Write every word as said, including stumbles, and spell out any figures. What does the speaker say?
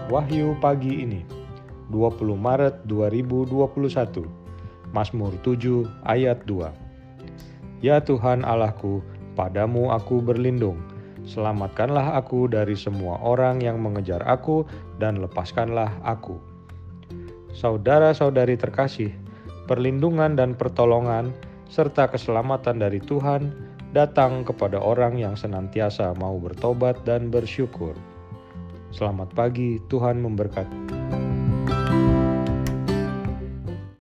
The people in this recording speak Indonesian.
Wahyu pagi ini, dua puluh Maret dua ribu dua puluh satu, Mazmur tujuh ayat dua. Ya Tuhan Allahku, padamu aku berlindung. Selamatkanlah aku dari semua orang yang mengejar aku dan lepaskanlah aku. Saudara-saudari terkasih, perlindungan dan pertolongan serta keselamatan dari Tuhan datang kepada orang yang senantiasa mau bertobat dan bersyukur. Selamat pagi, Tuhan memberkati.